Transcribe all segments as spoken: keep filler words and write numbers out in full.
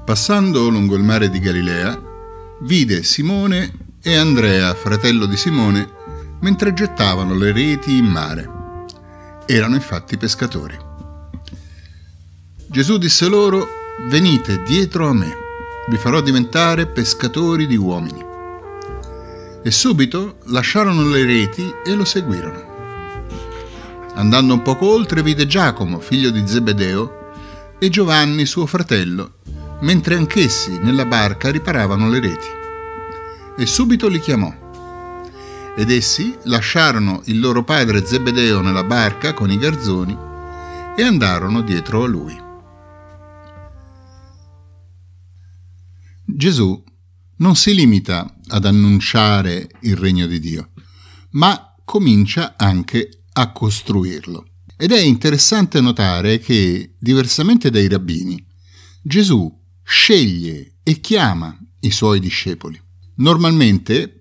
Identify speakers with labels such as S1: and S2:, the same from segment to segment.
S1: Passando lungo il mare di Galilea, vide Simone e Andrea, fratello di Simone, mentre gettavano le reti in mare. Erano infatti pescatori. Gesù disse loro: «Venite dietro a me, vi farò diventare pescatori di uomini». E subito lasciarono le reti e lo seguirono. Andando un poco oltre, vide Giacomo, figlio di Zebedeo, e Giovanni, suo fratello, mentre anch'essi nella barca riparavano le reti. E subito li chiamò. Ed essi lasciarono il loro padre Zebedeo nella barca con i garzoni e andarono dietro a lui. Gesù non si limita ad annunciare il regno di Dio, ma comincia anche a costruirlo. Ed è interessante notare che, diversamente dai rabbini, Gesù sceglie e chiama i suoi discepoli. Normalmente,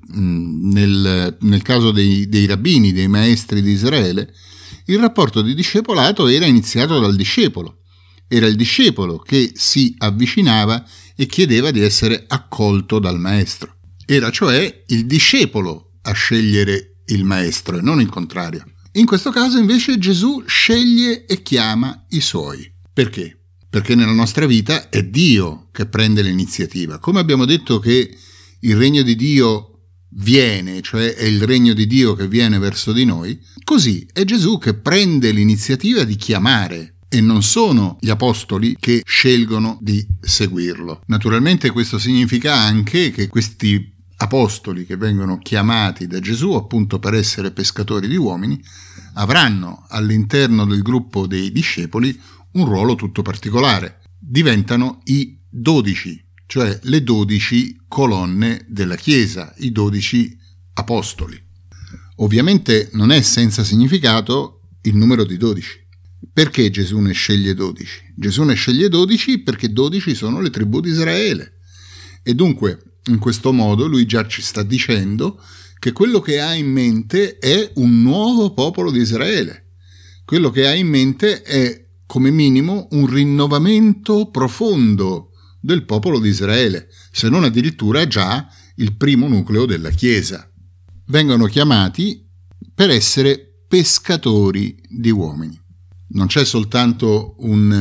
S1: nel, nel caso dei, dei rabbini, dei maestri di Israele, il rapporto di discepolato era iniziato dal discepolo. Era il discepolo che si avvicinava e chiedeva di essere accolto dal maestro. Era cioè il discepolo a scegliere il maestro e non il contrario. In questo caso invece Gesù sceglie e chiama i suoi. Perché? Perché nella nostra vita è Dio che prende l'iniziativa. Come abbiamo detto che il regno di Dio viene, cioè è il regno di Dio che viene verso di noi, così è Gesù che prende l'iniziativa di chiamare e non sono gli apostoli che scelgono di seguirlo. Naturalmente questo significa anche che questi apostoli che vengono chiamati da Gesù appunto per essere pescatori di uomini avranno all'interno del gruppo dei discepoli un ruolo tutto particolare. Diventano i dodici, cioè le dodici colonne della Chiesa, i dodici apostoli. Ovviamente non è senza significato il numero di dodici. Perché Gesù ne sceglie dodici? Gesù ne sceglie dodici perché dodici sono le tribù di Israele. E dunque, in questo modo, lui già ci sta dicendo che quello che ha in mente è un nuovo popolo di Israele. Quello che ha in mente è come minimo un rinnovamento profondo del popolo di Israele, se non addirittura già il primo nucleo della Chiesa. Vengono chiamati per essere pescatori di uomini. Non c'è soltanto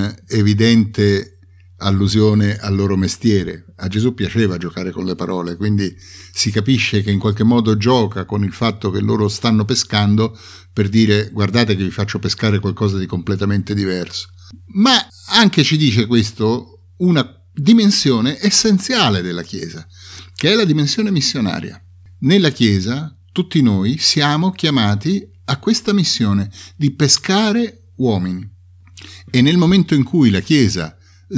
S1: un'evidente allusione al loro mestiere. A Gesù piaceva giocare con le parole, quindi si capisce che in qualche modo gioca con il fatto che loro stanno pescando per dire: guardate che vi faccio pescare qualcosa di completamente diverso. Ma anche ci dice questo una dimensione essenziale della Chiesa, che è la dimensione missionaria. Nella Chiesa tutti noi siamo chiamati a questa missione di pescare uomini, e nel momento in cui la Chiesa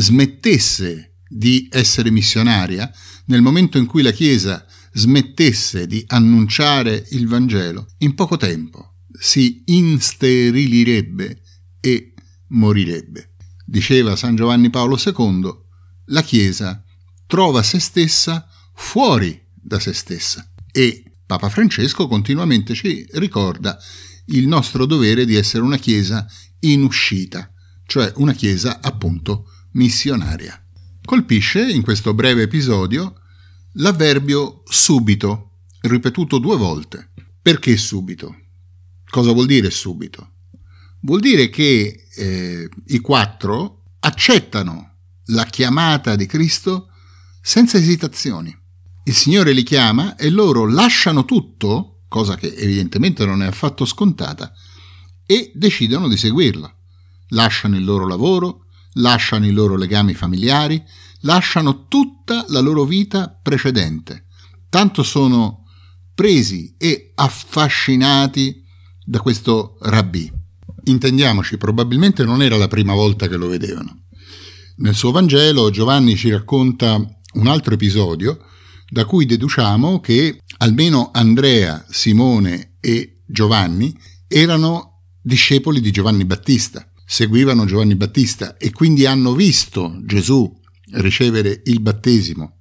S1: smettesse di essere missionaria, nel momento in cui la Chiesa smettesse di annunciare il Vangelo, in poco tempo si insterilirebbe e morirebbe. Diceva San Giovanni Paolo secondo, la Chiesa trova se stessa fuori da se stessa, e Papa Francesco continuamente ci ricorda il nostro dovere di essere una Chiesa in uscita, cioè una Chiesa appunto missionaria. Colpisce in questo breve episodio l'avverbio subito, ripetuto due volte. Perché subito? Cosa vuol dire subito? Vuol dire che eh, i quattro accettano la chiamata di Cristo senza esitazioni. Il Signore li chiama e loro lasciano tutto, cosa che evidentemente non è affatto scontata, e decidono di seguirlo. Lasciano il loro lavoro, lasciano i loro legami familiari, lasciano tutta la loro vita precedente. Tanto sono presi e affascinati da questo rabbì. Intendiamoci, probabilmente non era la prima volta che lo vedevano. Nel suo Vangelo Giovanni ci racconta un altro episodio da cui deduciamo che almeno Andrea, Simone e Giovanni erano discepoli di Giovanni Battista, seguivano Giovanni Battista e quindi hanno visto Gesù ricevere il battesimo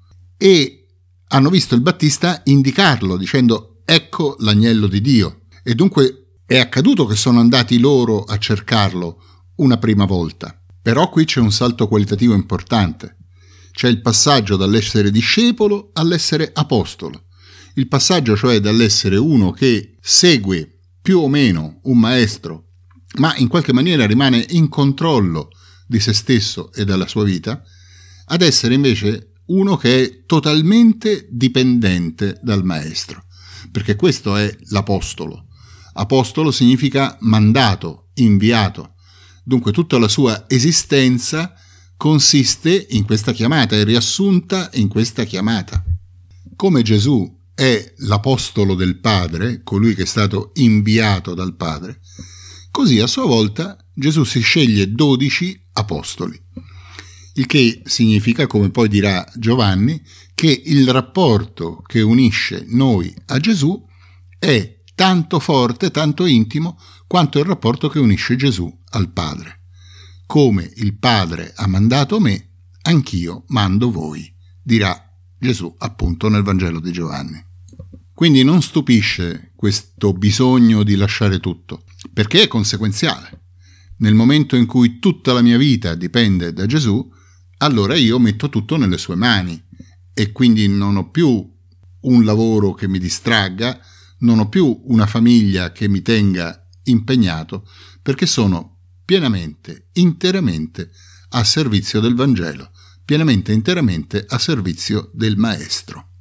S1: e hanno visto il Battista indicarlo dicendo: ecco l'agnello di Dio. E dunque è accaduto che sono andati loro a cercarlo una prima volta. Però qui c'è un salto qualitativo importante. C'è il passaggio dall'essere discepolo all'essere apostolo. Il passaggio cioè dall'essere uno che segue più o meno un maestro, ma in qualche maniera rimane in controllo di se stesso e della sua vita, ad essere invece uno che è totalmente dipendente dal maestro. Perché questo è l'apostolo. Apostolo significa mandato, inviato. Dunque tutta la sua esistenza consiste in questa chiamata, è riassunta in questa chiamata. Come Gesù è l'apostolo del Padre, colui che è stato inviato dal Padre, così a sua volta Gesù si sceglie dodici apostoli. Il che significa, come poi dirà Giovanni, che il rapporto che unisce noi a Gesù è tanto forte, tanto intimo, quanto il rapporto che unisce Gesù al Padre. Come il Padre ha mandato me, anch'io mando voi, dirà Gesù appunto nel Vangelo di Giovanni. Quindi non stupisce questo bisogno di lasciare tutto, perché è conseguenziale. Nel momento in cui tutta la mia vita dipende da Gesù, allora io metto tutto nelle sue mani e quindi non ho più un lavoro che mi distragga, non ho più una famiglia che mi tenga impegnato, perché sono pienamente, interamente a servizio del Vangelo, pienamente, interamente a servizio del Maestro.